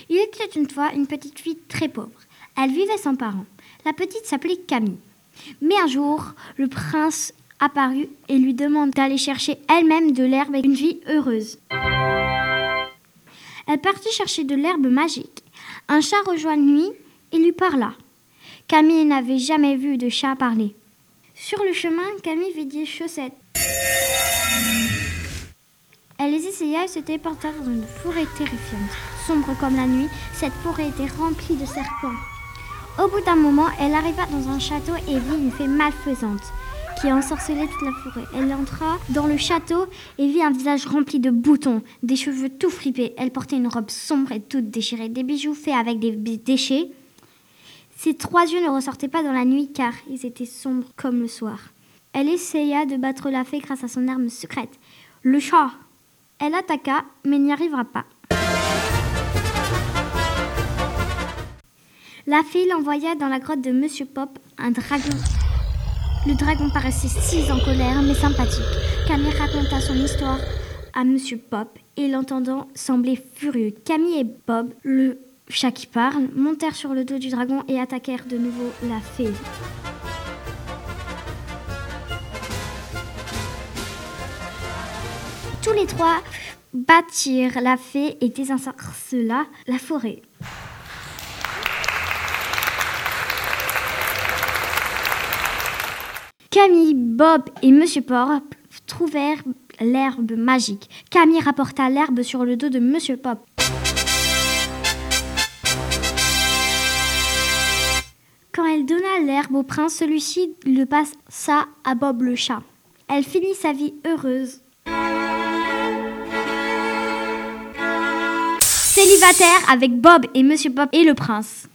Il était une fois une petite fille très pauvre. Elle vivait sans parents. La petite s'appelait Camille. Mais un jour, le prince apparut et lui demanda d'aller chercher elle-même de l'herbe et une vie heureuse. Elle partit chercher de l'herbe magique. Un chat rejoignit et lui parla. Camille n'avait jamais vu de chat parler. Sur le chemin, Camille vit des chaussettes. Elle les essaya et se téléporta dans une forêt terrifiante. Sombre comme la nuit, cette forêt était remplie de serpents. Au bout d'un moment, elle arriva dans un château et vit une fée malfaisante qui ensorcelait toute la forêt. Elle entra dans le château et vit un visage rempli de boutons, des cheveux tout fripés. Elle portait une robe sombre et toute déchirée, des bijoux faits avec des déchets. Ses 3 yeux ne ressortaient pas dans la nuit car ils étaient sombres comme le soir. Elle essaya de battre la fée grâce à son arme secrète, le chat. Elle attaqua, mais n'y arrivera pas. La fée l'envoya dans la grotte de Monsieur Pop, un dragon. Le dragon paraissait si en colère, mais sympathique. Camille raconta son histoire à Monsieur Pop et l'entendant semblait furieux. Camille et Bob, le chat qui parle, montèrent sur le dos du dragon et attaquèrent de nouveau la fée. Tous les 3 battirent la fée et désencercela la forêt. Camille, Bob et Monsieur Pop trouvèrent l'herbe magique. Camille rapporta l'herbe sur le dos de Monsieur Pop. Quand elle donna l'herbe au prince, celui-ci le passa à Bob le chat. Elle finit sa vie heureuse. Célibataire avec Bob et Monsieur Pop et le prince.